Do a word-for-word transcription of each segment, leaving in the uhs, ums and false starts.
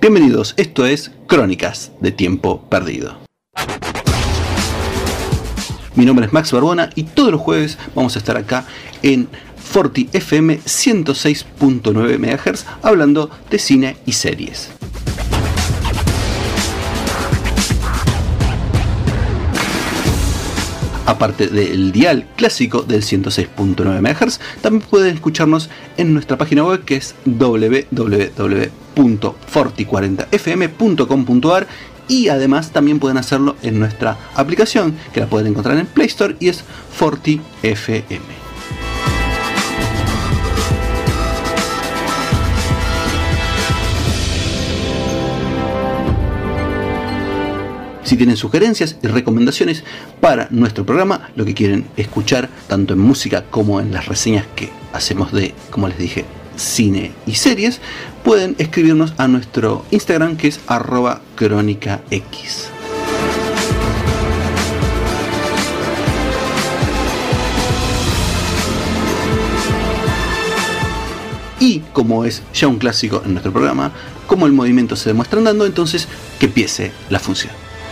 Bienvenidos, esto es Crónicas de Tiempo Perdido. Mi nombre es Max Barbona y todos los jueves vamos a estar acá en Forti F M ciento seis punto nueve megahertz hablando de cine y series. Aparte del dial clásico del ciento seis punto nueve megahertz, también pueden escucharnos en nuestra página web que es doble u doble u doble u punto forti cuarenta f m punto com punto a r y además también pueden hacerlo en nuestra aplicación que la pueden encontrar en Play Store y es Forti F M. Si tienen sugerencias y recomendaciones para nuestro programa, lo que quieren escuchar tanto en música como en las reseñas que hacemos de, como les dije, cine y series, pueden escribirnos a nuestro Instagram que es arroba crónica x. Y como es ya un clásico en nuestro programa, como el movimiento se demuestra andando, entonces que empiece la función.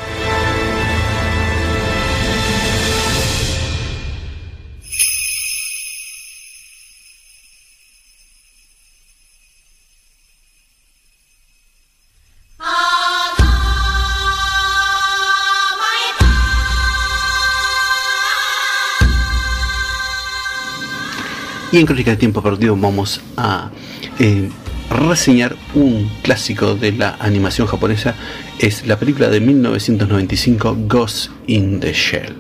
Y en Crónica de Tiempo Perdido vamos a eh, reseñar un clásico de la animación japonesa. Es la película de mil novecientos noventa y cinco, Ghost in the Shell.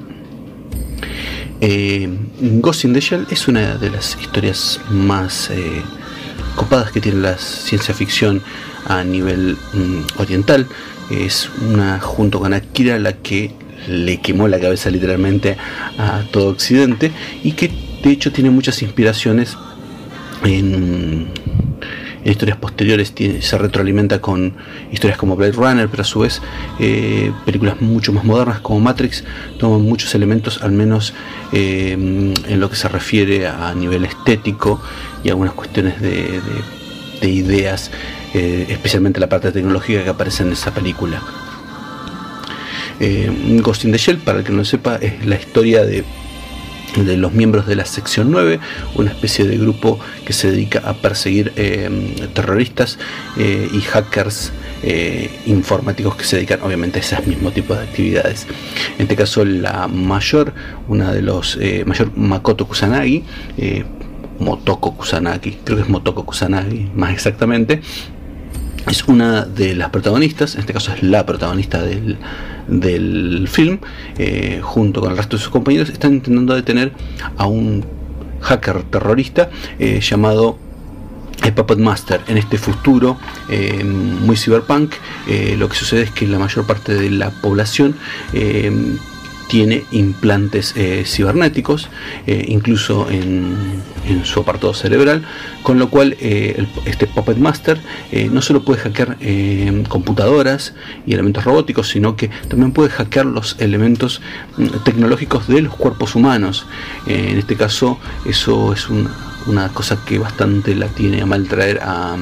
Eh, Ghost in the Shell es una de las historias más eh, copadas que tiene la ciencia ficción a nivel mm, oriental. Es una, junto con Akira, la que le quemó la cabeza literalmente a todo Occidente y que de hecho tiene muchas inspiraciones en, en historias posteriores. Tiene, se retroalimenta con historias como Blade Runner, pero a su vez eh, películas mucho más modernas como Matrix toman muchos elementos, al menos eh, en lo que se refiere a nivel estético y algunas cuestiones de, de, de ideas, eh, especialmente la parte tecnológica que aparece en esa película. eh, Ghost in the Shell, para el que no lo sepa, es la historia de de los miembros de la sección nueve, una especie de grupo que se dedica a perseguir eh, terroristas eh, y hackers eh, informáticos que se dedican obviamente a esos mismos tipos de actividades. En este caso la mayor, una de los eh, mayor Makoto Kusanagi, eh, Motoko Kusanagi, creo que es Motoko Kusanagi más exactamente, es una de las protagonistas. En este caso es la protagonista del, del film. Eh, junto con el resto de sus compañeros están intentando detener a un hacker terrorista eh, llamado el Puppet Master. En este futuro eh, muy cyberpunk, eh, lo que sucede es que la mayor parte de la población eh, tiene implantes eh, cibernéticos, eh, incluso en, en su apartado cerebral, con lo cual eh, el, este Puppet Master eh, no solo puede hackear eh, computadoras y elementos robóticos, sino que también puede hackear los elementos mm, tecnológicos de los cuerpos humanos. Eh, en este caso, eso es un, una cosa que bastante la tiene a mal traer a,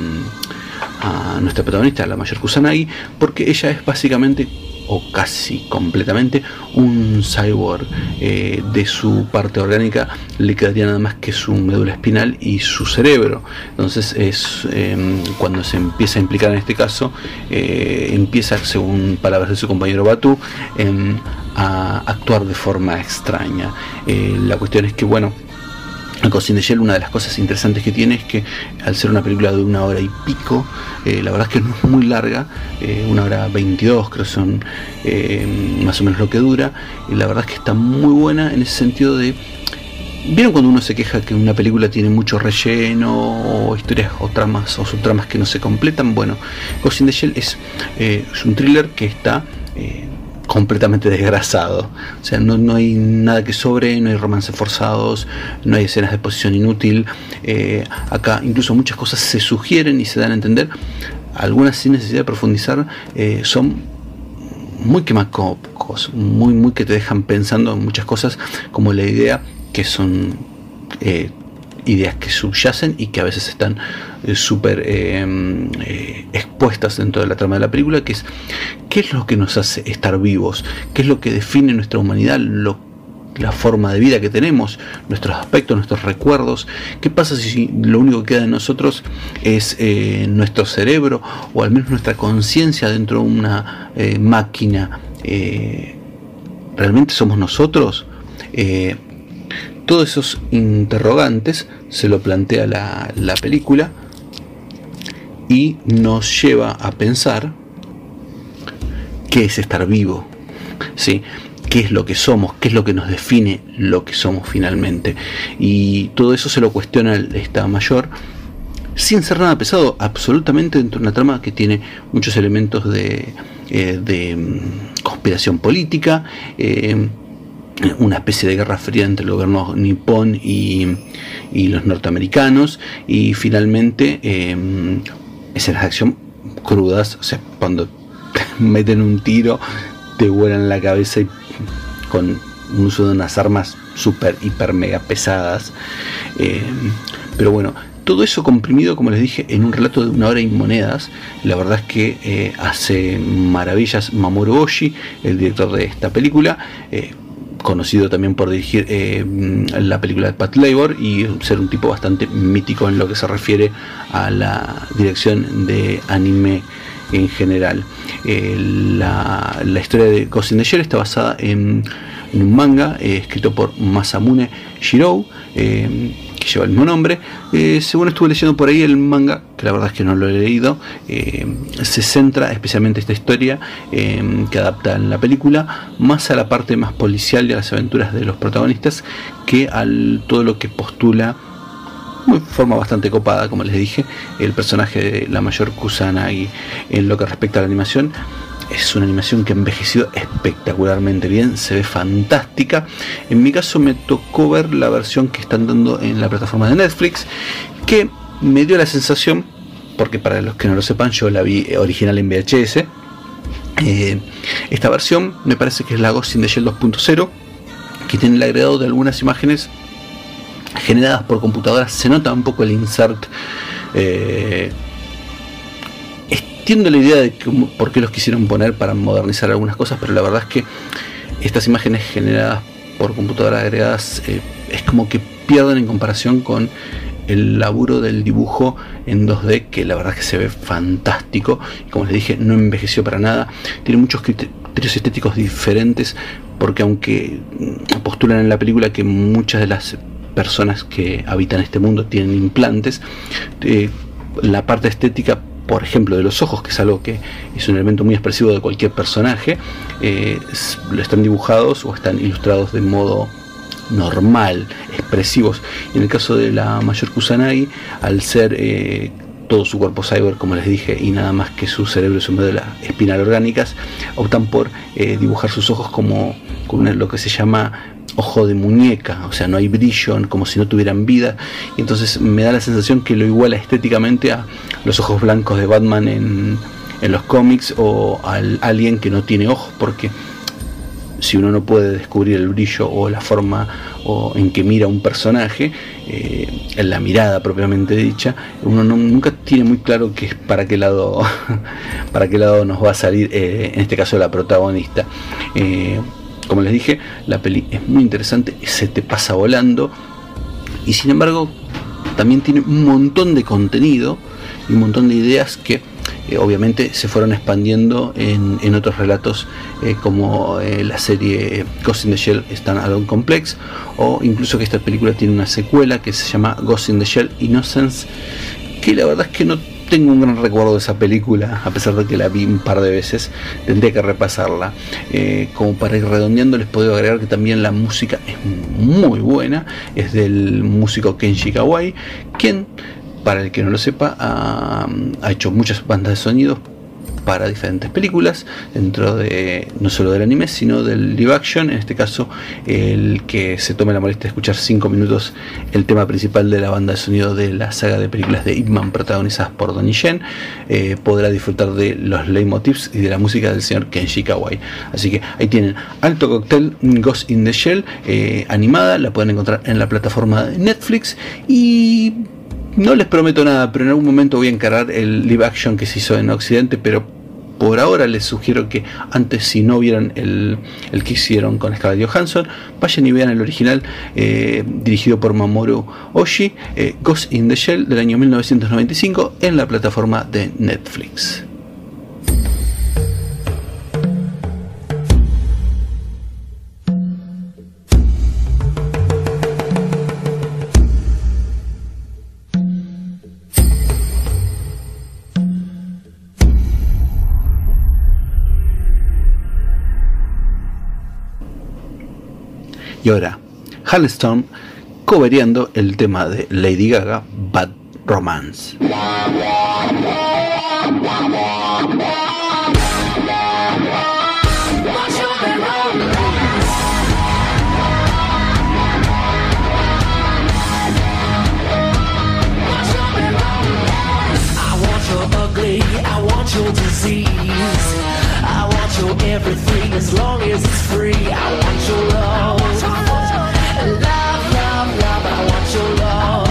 a nuestra protagonista, la mayor Kusanagi, porque ella es básicamente, o casi completamente, un cyborg. Eh, de su parte orgánica le quedaría nada más que su médula espinal y su cerebro. Entonces es eh, cuando se empieza a implicar en este caso, eh, empieza, según palabras de su compañero Batu, eh, a actuar de forma extraña. Eh, la cuestión es que, bueno, Ghost in the Shell, una de las cosas interesantes que tiene es que al ser una película de una hora y pico, eh, la verdad es que no es muy larga, eh, una hora veintidós creo son eh, más o menos lo que dura, y la verdad es que está muy buena en ese sentido de... ¿Vieron cuando uno se queja que una película tiene mucho relleno o historias o tramas o subtramas que no se completan? Bueno, Ghost in the Shell es, eh, es un thriller que está... Eh, completamente desgrasado. O sea, no, no hay nada que sobre, no hay romances forzados, no hay escenas de posición inútil. Eh, acá incluso muchas cosas se sugieren y se dan a entender. Algunas sin necesidad de profundizar eh, son muy quemacocos, muy, muy que te dejan pensando en muchas cosas, como la idea que son... Eh, ideas que subyacen y que a veces están eh, súper eh, eh, expuestas dentro de la trama de la película, que es qué es lo que nos hace estar vivos, qué es lo que define nuestra humanidad, lo, la forma de vida que tenemos, nuestros aspectos, nuestros recuerdos. ¿Qué pasa si lo único que queda de nosotros es eh, nuestro cerebro, o al menos nuestra conciencia dentro de una eh, máquina? Eh, ¿realmente somos nosotros? Eh, todos esos interrogantes se lo plantea la, la película y nos lleva a pensar qué es estar vivo, ¿sí? Qué es lo que somos, qué es lo que nos define lo que somos finalmente. Y todo eso se lo cuestiona esta mayor, sin ser nada pesado, absolutamente, dentro de una trama que tiene muchos elementos de, eh, de conspiración política, eh, una especie de guerra fría entre el gobierno nipón y, y los norteamericanos, y finalmente eh, escenas de acción crudas. O sea, cuando te meten un tiro, te vuelan la cabeza, y con un uso de unas armas super, hiper, mega pesadas. Eh, pero bueno, todo eso comprimido, como les dije, en un relato de una hora y monedas. La verdad es que eh, hace maravillas Mamoru Oshii, el director de esta película, eh, conocido también por dirigir eh, la película de Pat Labor y ser un tipo bastante mítico en lo que se refiere a la dirección de anime en general. Eh, la, la historia de Ghost in the Shell está basada en, en un manga eh, escrito por Masamune Shirow, eh, que lleva el mismo nombre. Eh, según estuve leyendo por ahí, el manga, que la verdad es que no lo he leído, eh, se centra especialmente esta historia eh, que adapta en la película más a la parte más policial y a las aventuras de los protagonistas, que a todo lo que postula de forma bastante copada, como les dije, el personaje de la mayor Kusanagi. En lo que respecta a la animación, es una animación que ha envejecido espectacularmente bien, se ve fantástica. En mi caso me tocó ver la versión que están dando en la plataforma de Netflix, que me dio la sensación, porque para los que no lo sepan, yo la vi original en V H S. Eh, esta versión me parece que es la Ghost in the Shell dos punto cero, que tiene el agregado de algunas imágenes generadas por computadoras. Se nota un poco el insert. Eh, entiendo la idea de que, por qué los quisieron poner para modernizar algunas cosas, pero la verdad es que estas imágenes generadas por computadoras agregadas eh, es como que pierden en comparación con el laburo del dibujo en dos D, que la verdad es que se ve fantástico. Y como les dije, no envejeció para nada. Tiene muchos criterios estéticos diferentes, porque aunque postulan en la película que muchas de las personas que habitan este mundo tienen implantes, eh, la parte estética, por ejemplo, de los ojos, que es algo que es un elemento muy expresivo de cualquier personaje, eh, están dibujados o están ilustrados de modo normal, expresivos. Y en el caso de la mayor Kusanagi, al ser eh, todo su cuerpo cyber, como les dije, y nada más que su cerebro y su médula espinal orgánicas, optan por eh, dibujar sus ojos como con lo que se llama ojo de muñeca, o sea, no hay brillo, como si no tuvieran vida. Y entonces me da la sensación que lo iguala estéticamente a los ojos blancos de Batman en, en los cómics, o al Alien, que no tiene ojos, porque si uno no puede descubrir el brillo o la forma o en que mira un personaje, eh, en la mirada propiamente dicha, uno no, nunca tiene muy claro que es para qué lado para qué lado nos va a salir, eh, en este caso la protagonista. eh, Como les dije, la peli es muy interesante, se te pasa volando, y sin embargo también tiene un montón de contenido y un montón de ideas que eh, obviamente se fueron expandiendo en, en otros relatos, eh, como eh, la serie Ghost in the Shell Stand-Alone Complex, o incluso que esta película tiene una secuela que se llama Ghost in the Shell Innocence, que la verdad es que no tengo un gran recuerdo de esa película, a pesar de que la vi un par de veces. Tendría que repasarla. Eh, como para ir redondeando, les puedo agregar que también la música es muy buena. Es del músico Kenji Kawai, quien, para el que no lo sepa, ha, ha hecho muchas bandas de sonidos para diferentes películas, dentro de no solo del anime, sino del live action. En este caso, el que se tome la molestia de escuchar cinco minutos el tema principal de la banda de sonido de la saga de películas de Ip Man protagonizadas por Donnie Yen, eh, podrá disfrutar de los leitmotivs y de la música del señor Kenji Kawai. Así que ahí tienen Alto Cóctel, Ghost in the Shell, eh, animada, la pueden encontrar en la plataforma de Netflix. Y no les prometo nada, pero en algún momento voy a encarar el live action que se hizo en Occidente, pero por ahora les sugiero que antes, si no vieran el, el que hicieron con Scarlett Johansson, vayan y vean el original, eh, dirigido por Mamoru Oshii, eh, Ghost in the Shell, del año mil novecientos noventa y cinco, en la plataforma de Netflix. Y ahora, Halestorm cobereando el tema de Lady Gaga, Bad Romance. Everything as long as it's free. I want your love, love, love, love. I want your love,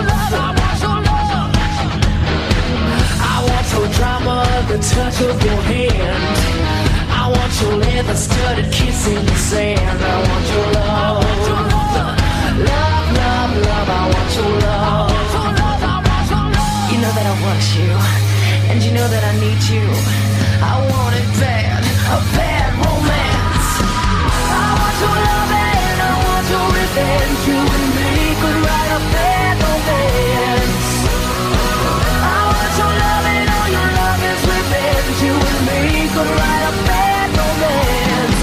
I want your drama, the touch of your hand. I want your leather-studded kiss in the sand. I want your love, love, love, love. I want your love. You know that I want you, and you know that I need you. I want it bad, a bad romance. I want your love and I want your revenge. You and me could write a bad romance. I want your love and all your love is revenge. You and me could write a bad romance.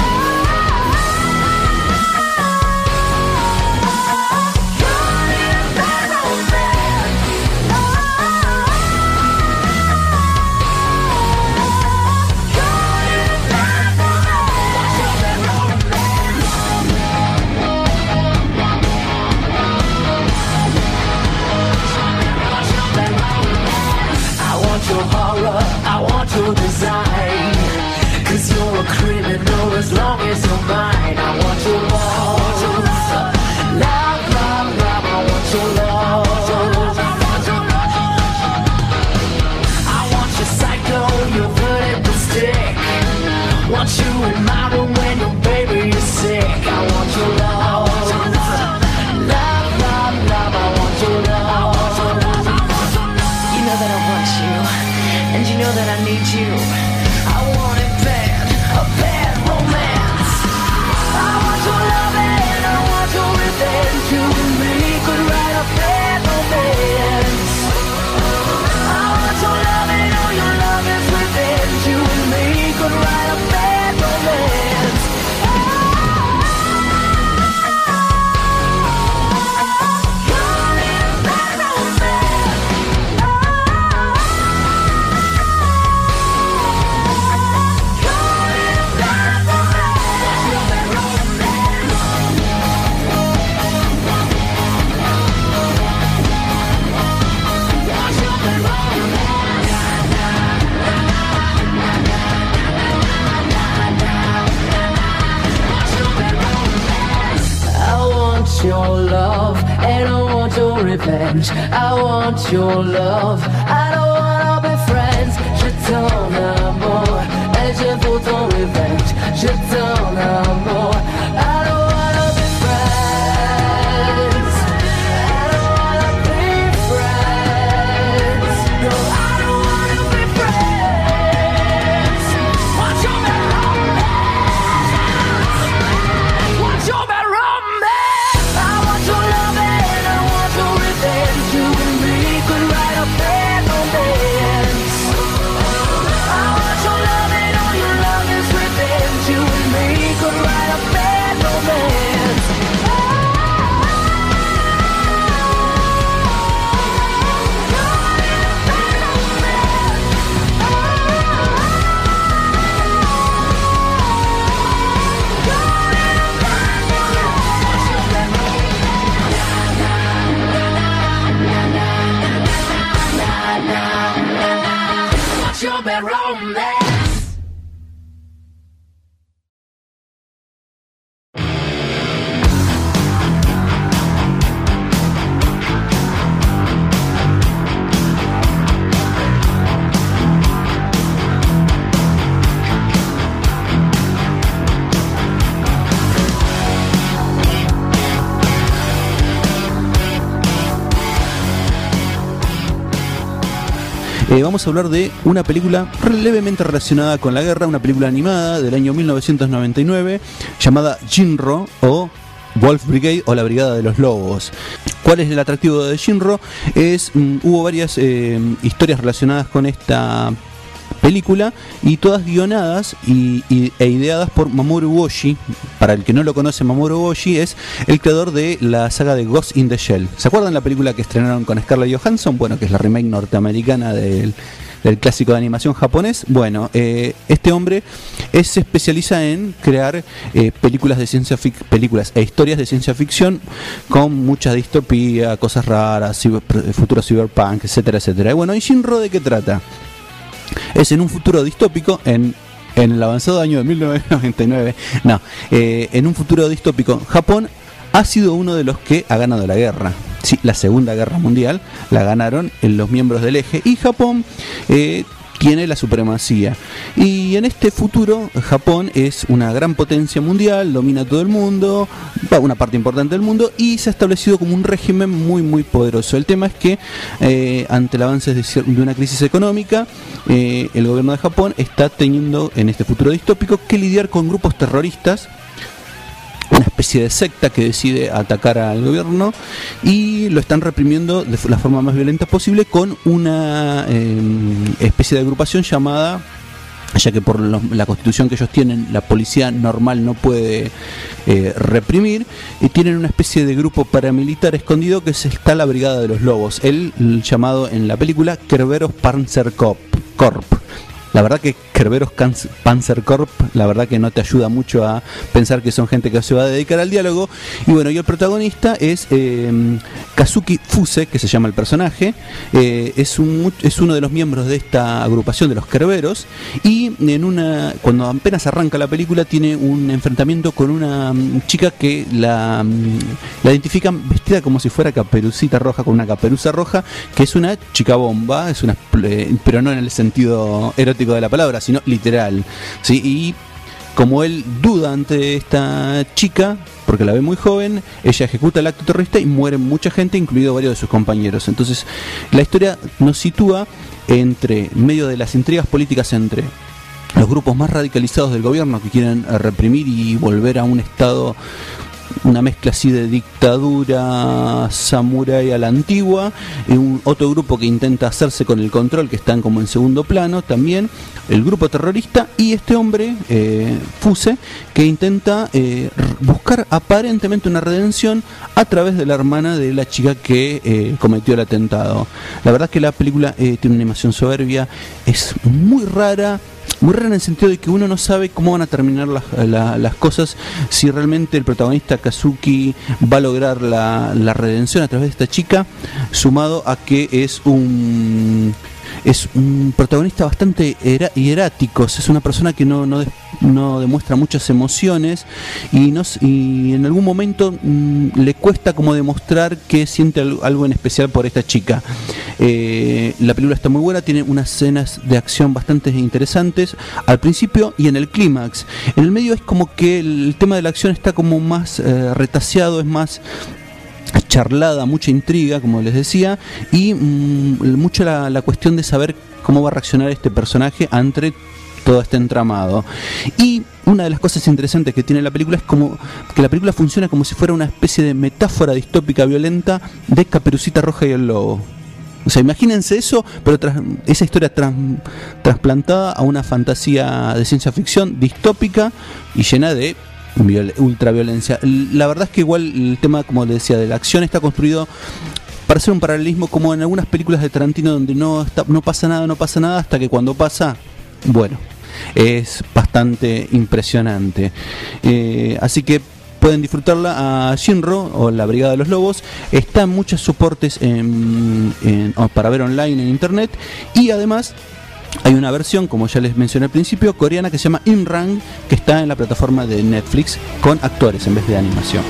Your design, cause you're a criminal as long as you're mine. I want your love, love, love, love. I want your love, I want your psycho, your vertical stick. Want you in my room when your baby is sick. I want your love, love, love, love. I want your love. You know that I want you, and you know that I need you. I want it bad, a bad romance. I want your love and I want your revenge. You and me could write a bad romance. I want your love and all your love is revenge. You and me could write a bad romance. Your love and I want your revenge. I want your love. I don't wanna be friends. Je t'en amour et je veux ton revenge. Je t'en amour. I don't wanna be friends. I don't wanna be friends. No, I don't wanna be friends. Want your bad romance. Want your bad romance. You and me could write a bad romance. I want your love and all your love is revenge. You and me could write romance. Eh, vamos a hablar de una película levemente relacionada con la guerra, una película animada del año mil novecientos noventa y nueve llamada Shinro o Wolf Brigade o la Brigada de los Lobos. ¿Cuál es el atractivo de Shinro? Es, um, hubo varias eh, historias relacionadas con esta película y todas guionadas y, y, e ideadas por Mamoru Oshii. Para el que no lo conoce, Mamoru Oshii es el creador de la saga de Ghost in the Shell. ¿Se acuerdan la película que estrenaron con Scarlett Johansson? Bueno, que es la remake norteamericana del, del clásico de animación japonés. Bueno, eh, este hombre es, se especializa en crear eh, películas de ciencia fic- películas e historias de ciencia ficción con mucha distopía, cosas raras, ciber, futuro cyberpunk, etcétera, etcétera. Y bueno, ¿y Shinro de qué trata? Es en un futuro distópico, en, en el avanzado año de mil novecientos noventa y nueve, no, eh, en un futuro distópico, Japón ha sido uno de los que ha ganado la guerra. Sí, la Segunda Guerra Mundial la ganaron en los miembros del eje y Japón eh, tiene la supremacía. Y en este futuro, Japón es una gran potencia mundial, domina todo el mundo, una parte importante del mundo, y se ha establecido como un régimen muy muy poderoso. El tema es que eh, ante el avance de, de una crisis económica, eh, el gobierno de Japón está teniendo en este futuro distópico que lidiar con grupos terroristas, una especie de secta que decide atacar al gobierno y lo están reprimiendo de la forma más violenta posible con una eh, especie de agrupación llamada, ya que por lo, la constitución que ellos tienen la policía normal no puede eh, reprimir, y tienen una especie de grupo paramilitar escondido que es, está la Brigada de los Lobos, el, el llamado en la película Kerberos Panzerkorps. La verdad que Kerberos Panzerkorps, la verdad que no te ayuda mucho a pensar que son gente que se va a dedicar al diálogo. Y bueno, y el protagonista es eh, Kazuki Fuse, que se llama el personaje, eh, es, un, es uno de los miembros de esta agrupación de los Kerberos, y en una cuando apenas arranca la película tiene un enfrentamiento con una um, chica que la, um, la identifican vestida como si fuera Caperucita Roja, con una caperuza roja, que es una chica bomba, es una, eh, pero no en el sentido erótico de la palabra, sino literal, ¿sí? Y como él duda ante esta chica, porque la ve muy joven, ella ejecuta el acto terrorista y muere mucha gente, incluido varios de sus compañeros. Entonces, la historia nos sitúa entre medio de las intrigas políticas entre los grupos más radicalizados del gobierno que quieren reprimir y volver a un estado, una mezcla así de dictadura samurái a la antigua, y un otro grupo que intenta hacerse con el control, que están como en segundo plano también, el grupo terrorista, y este hombre, eh, Fuse, que intenta eh, buscar aparentemente una redención a través de la hermana de la chica que eh, cometió el atentado. La verdad es que la película eh, tiene una animación soberbia, es muy rara, muy rara en el sentido de que uno no sabe cómo van a terminar las, la, las cosas, si realmente el protagonista Kazuki va a lograr la, la redención a través de esta chica, sumado a que es un es un protagonista bastante hierático, es una persona que no, no, no demuestra muchas emociones y, no, y en algún momento mmm, le cuesta como demostrar que siente algo en especial por esta chica. Eh, la película está muy buena, tiene unas escenas de acción bastante interesantes al principio y en el clímax. En el medio es como que el tema de la acción está como más eh, retaseado, es más charlada, mucha intriga, como les decía, y mmm, mucho la, la cuestión de saber cómo va a reaccionar este personaje ante todo este entramado. Y una de las cosas interesantes que tiene la película es como que la película funciona como si fuera una especie de metáfora distópica violenta de Caperucita Roja y el Lobo. O sea, imagínense eso, pero tras, esa historia tras, trasplantada a una fantasía de ciencia ficción distópica y llena de ultraviolencia. La verdad es que igual el tema, como les decía, de la acción está construido para hacer un paralelismo como en algunas películas de Tarantino, donde no, está, no pasa nada, no pasa nada, hasta que cuando pasa, bueno, es bastante impresionante. Eh, así que pueden disfrutarla a Shinro o la Brigada de los Lobos. Está en muchos soportes en, en, para ver online en internet, y además Hay una versión, como ya les mencioné al principio, coreana que se llama Imrang, que está en la plataforma de Netflix con actores en vez de animación.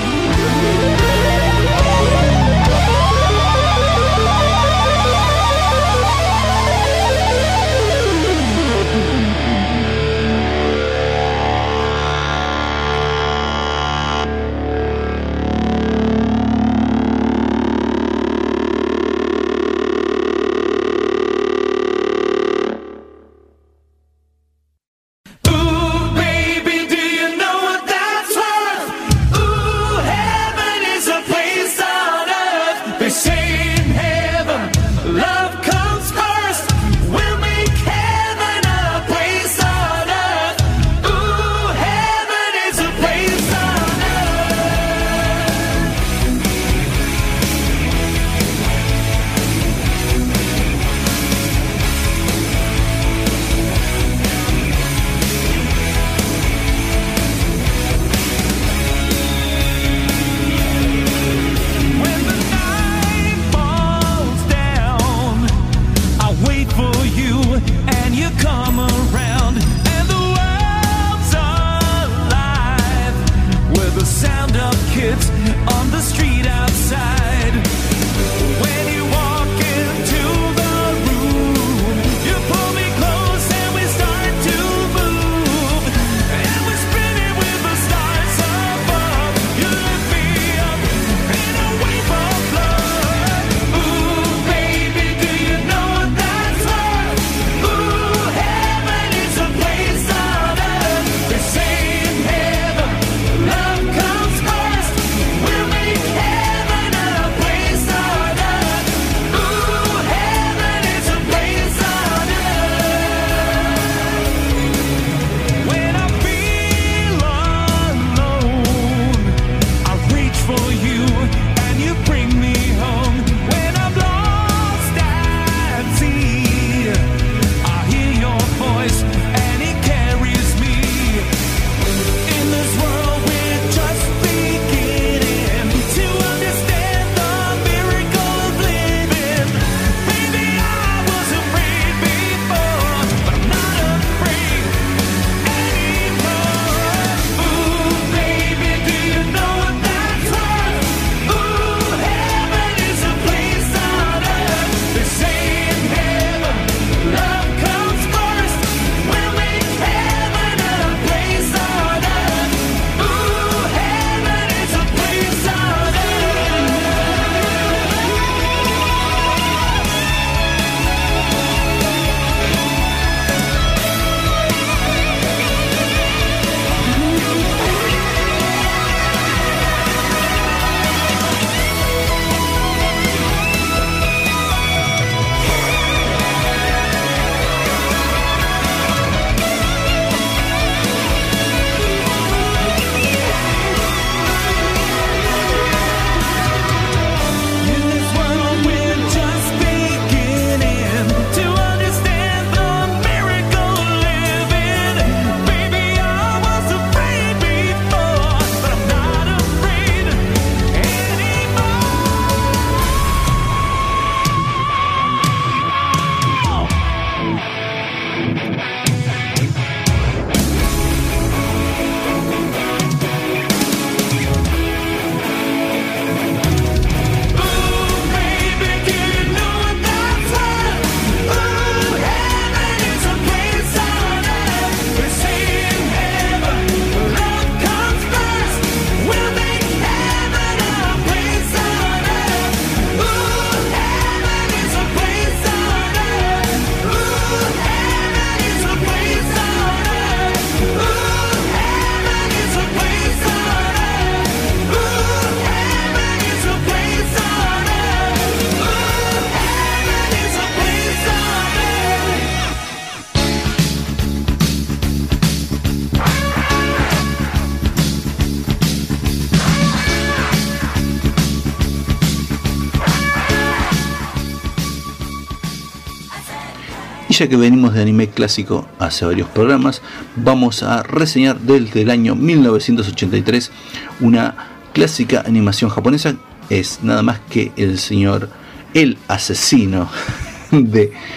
Ya que venimos de anime clásico hace varios programas, vamos a reseñar desde el año mil novecientos ochenta y tres una clásica animación japonesa. Es nada más que el señor, el asesino de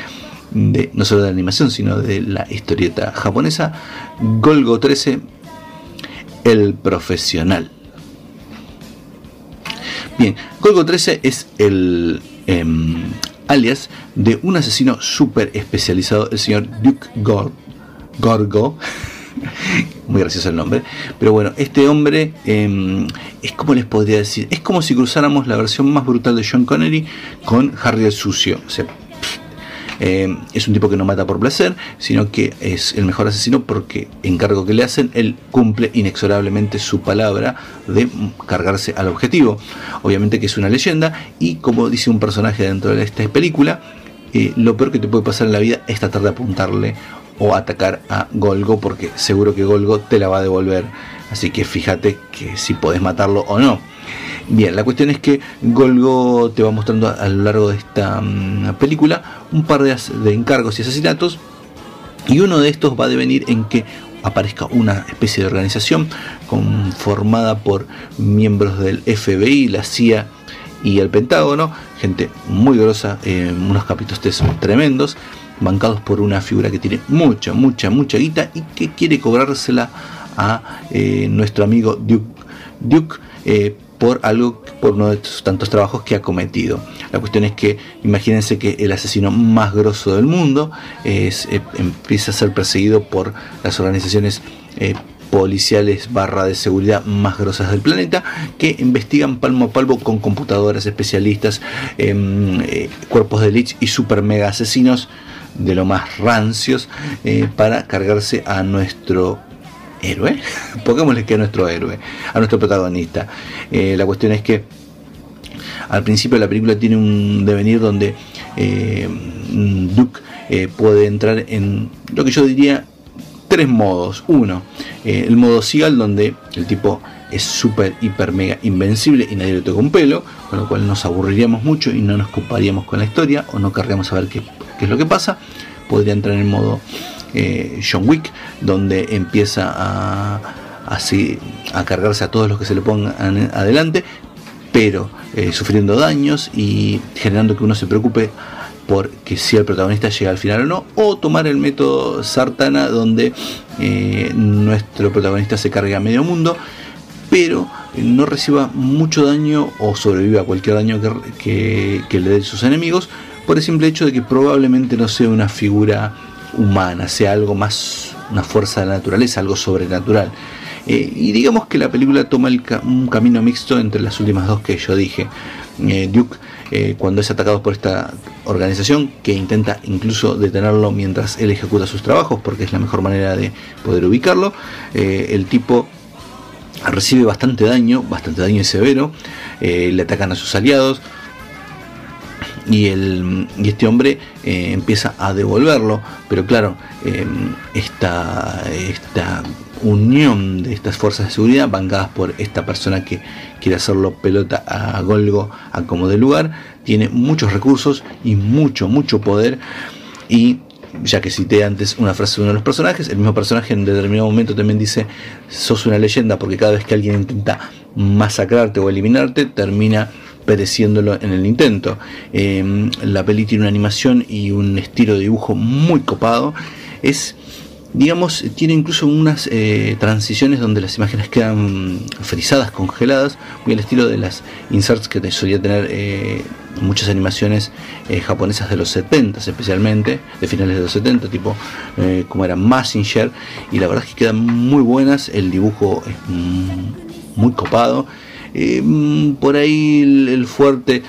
de no solo de la animación, sino de la historieta japonesa, Golgo trece, el profesional. Bien, Golgo trece es el eh, alias de un asesino súper especializado, el señor Duke Gor Gorgo. Muy gracioso el nombre, pero bueno, este hombre eh, es como les podría decir, es como si cruzáramos la versión más brutal de Sean Connery con Harry el Sucio. O sea, eh, es un tipo que no mata por placer, sino que es el mejor asesino porque encargo que le hacen, él cumple inexorablemente su palabra de cargarse al objetivo. Obviamente que es una leyenda, y como dice un personaje dentro de esta película, eh, lo peor que te puede pasar en la vida es tratar de apuntarle o atacar a Golgo, porque seguro que Golgo te la va a devolver, así que fíjate que si podés matarlo o no. Bien, la cuestión es que Golgo te va mostrando a lo largo de esta um, película un par de, de encargos y asesinatos, y uno de estos va a devenir en que aparezca una especie de organización conformada por miembros del F B I, la C I A y el Pentágono, gente muy grosa, eh, unos capítulos tremendos, bancados por una figura que tiene mucha, mucha, mucha guita y que quiere cobrársela a eh, nuestro amigo Duke, Duke eh, por algo, por uno de sus tantos trabajos que ha cometido. La cuestión es que imagínense que el asesino más grosso del mundo es, eh, empieza a ser perseguido por las organizaciones eh, policiales barra de seguridad más grosas del planeta, que investigan palmo a palmo con computadoras, especialistas, eh, eh, cuerpos de élite y super mega asesinos de lo más rancios, eh, para cargarse a nuestro héroe, pongámosle que a nuestro héroe, a nuestro protagonista. Eh, la cuestión es que al principio la película tiene un devenir donde eh, Duke eh, puede entrar en lo que yo diría tres modos. Uno, eh, el modo Seagal, donde el tipo es súper, hiper, mega invencible y nadie le toca un pelo, con lo cual nos aburriríamos mucho y no nos ocuparíamos con la historia o no querríamos saber qué, qué es lo que pasa. Podría entrar en el modo eh, John Wick, donde empieza a, así, a cargarse a todos los que se le pongan adelante, pero eh, sufriendo daños y generando que uno se preocupe porque si el protagonista llega al final o no, o tomar el método Sartana, donde eh, nuestro protagonista se carga a medio mundo, pero no reciba mucho daño o sobreviva a cualquier daño que, que, que le den sus enemigos, por el simple hecho de que probablemente no sea una figura humana, sea algo más, una fuerza de la naturaleza, algo sobrenatural. Eh, y digamos que la película toma el ca un camino mixto entre las últimas dos que yo dije. Eh, Duke, eh, cuando es atacado por esta organización, que intenta incluso detenerlo mientras él ejecuta sus trabajos, porque es la mejor manera de poder ubicarlo, eh, el tipo recibe bastante daño, bastante daño y severo, eh, le atacan a sus aliados, y, el, y este hombre eh, empieza a devolverlo, pero claro, eh, esta, esta unión de estas fuerzas de seguridad, bancadas por esta persona que quiere hacerlo pelota a Golgo a como de lugar, tiene muchos recursos y mucho, mucho poder. Y ya que cité antes una frase de uno de los personajes, el mismo personaje en determinado momento también dice: sos una leyenda, porque cada vez que alguien intenta masacrarte o eliminarte, termina pereciéndolo en el intento. Eh, la peli tiene una animación y un estilo de dibujo muy copado. Es, digamos, tiene incluso unas eh, transiciones donde las imágenes quedan frisadas, congeladas, muy al estilo de las inserts que te solía tener eh, muchas animaciones eh, japonesas de los setenta, especialmente de finales de los setenta, tipo eh, como era Mazinger, y la verdad es que quedan muy buenas. El dibujo es mm, muy copado. Eh, por ahí el, el fuerte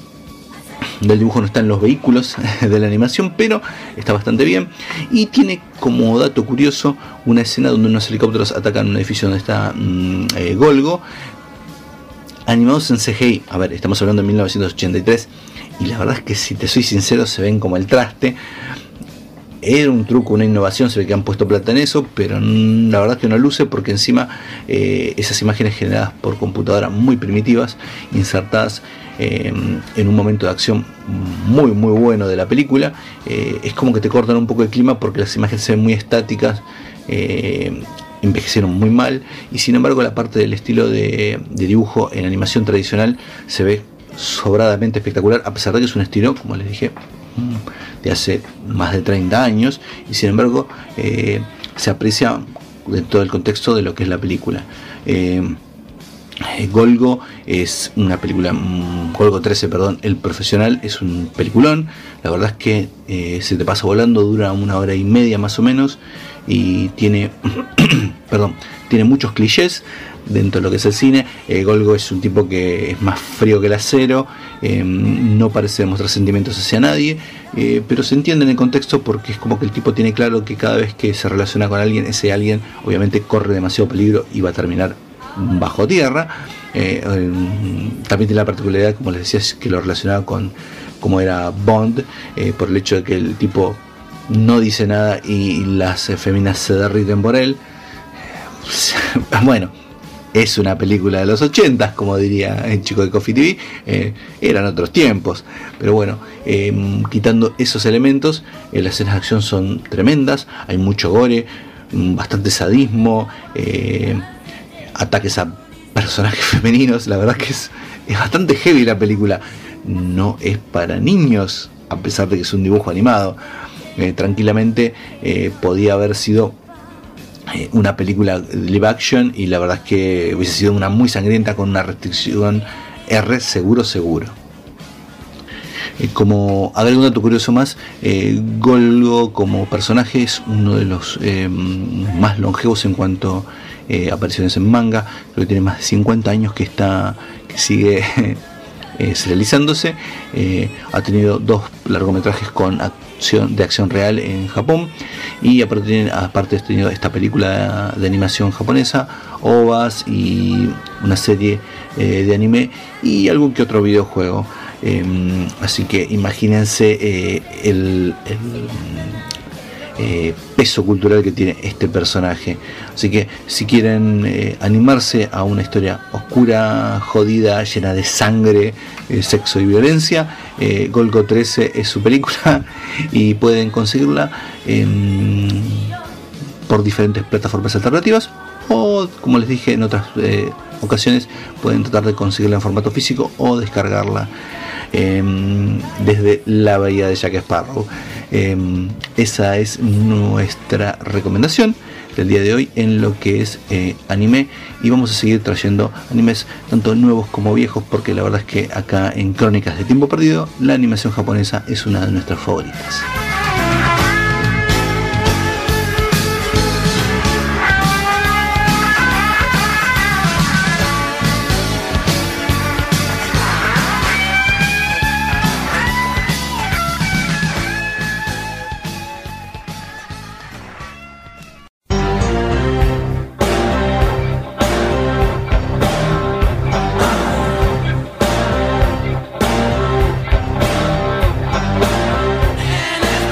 del dibujo no está en los vehículos de la animación, pero está bastante bien. Y tiene como dato curioso una escena donde unos helicópteros atacan un edificio donde está mmm, eh, Golgo, animados en C G I. A ver, estamos hablando de mil novecientos ochenta y tres, y la verdad es que, si te soy sincero, se ven como el traste. Era un truco, una innovación, se ve que han puesto plata en eso, pero la verdad es que no luce, porque encima eh, esas imágenes generadas por computadora muy primitivas, insertadas eh, en un momento de acción muy muy bueno de la película, eh, es como que te cortan un poco el clima, porque las imágenes se ven muy estáticas, eh, envejecieron muy mal, y sin embargo la parte del estilo de, de dibujo en animación tradicional se ve sobradamente espectacular, a pesar de que es un estilo, como les dije, de hace más de treinta años, y sin embargo eh, se aprecia de todo el contexto de lo que es la película. eh, Golgo es una película, Golgo trece, perdón, El Profesional, es un peliculón. La verdad es que eh, se te pasa volando, dura una hora y media más o menos, y tiene perdón, tiene muchos clichés dentro de lo que es el cine. eh, Golgo es un tipo que es más frío que el acero, eh, no parece demostrar sentimientos hacia nadie, eh, pero se entiende en el contexto porque es como que el tipo tiene claro que cada vez que se relaciona con alguien, ese alguien obviamente corre demasiado peligro y va a terminar bajo tierra. eh, eh, también tiene la particularidad, como les decía, es que lo relacionaba con como era Bond, eh, por el hecho de que el tipo no dice nada y las eh, féminas se derriten por él. Bueno, es una película de los ochentas, como diría el chico de Coffee T V, eh, eran otros tiempos, pero bueno, eh, quitando esos elementos, eh, las escenas de acción son tremendas, hay mucho gore, bastante sadismo, eh, ataques a personajes femeninos. La verdad que es, es bastante heavy la película. No es para niños, a pesar de que es un dibujo animado. Eh, tranquilamente eh, podía haber sido eh, una película live action, y la verdad es que hubiese sido una muy sangrienta con una restricción R seguro seguro. Eh, como agrego un dato curioso más, eh, Golgo como personaje es uno de los eh, más longevos en cuanto eh, apariciones en manga. Creo que tiene más de cincuenta años que está que sigue eh, serializándose. Eh, ha tenido dos largometrajes con acción de acción real en Japón, y aparte, aparte ha tenido esta película de animación japonesa, O V As, y una serie eh, de anime y algún que otro videojuego. Eh, así que imagínense eh, el, el eh, peso cultural que tiene este personaje. Así que si quieren eh, animarse a una historia oscura, jodida, llena de sangre, eh, sexo y violencia, eh, Golgo trece es su película, y pueden conseguirla eh, por diferentes plataformas alternativas, o como les dije en otras eh, ocasiones, pueden tratar de conseguirla en formato físico o descargarla eh, desde la bahía de Jack Sparrow. Eh, esa es nuestra recomendación del día de hoy en lo que es eh, anime, y vamos a seguir trayendo animes tanto nuevos como viejos, porque la verdad es que acá en Crónicas de Tiempo Perdido la animación japonesa es una de nuestras favoritas. And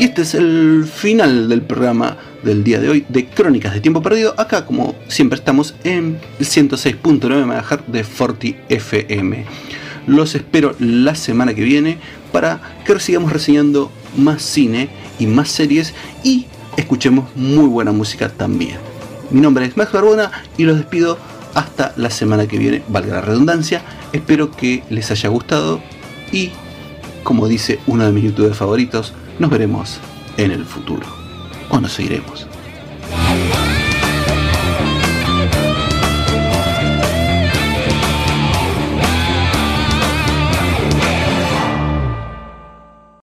Este es el final del programa del día de hoy de Crónicas de Tiempo Perdido. Acá, como siempre, estamos en el ciento seis punto nueve megahertz de Forti F M. Los espero la semana que viene para que sigamos reseñando más cine y más series y escuchemos muy buena música también. Mi nombre es Max Barbona y los despido hasta la semana que viene, valga la redundancia. Espero que les haya gustado y, como dice uno de mis youtubers favoritos, nos veremos en el futuro. O nos seguiremos.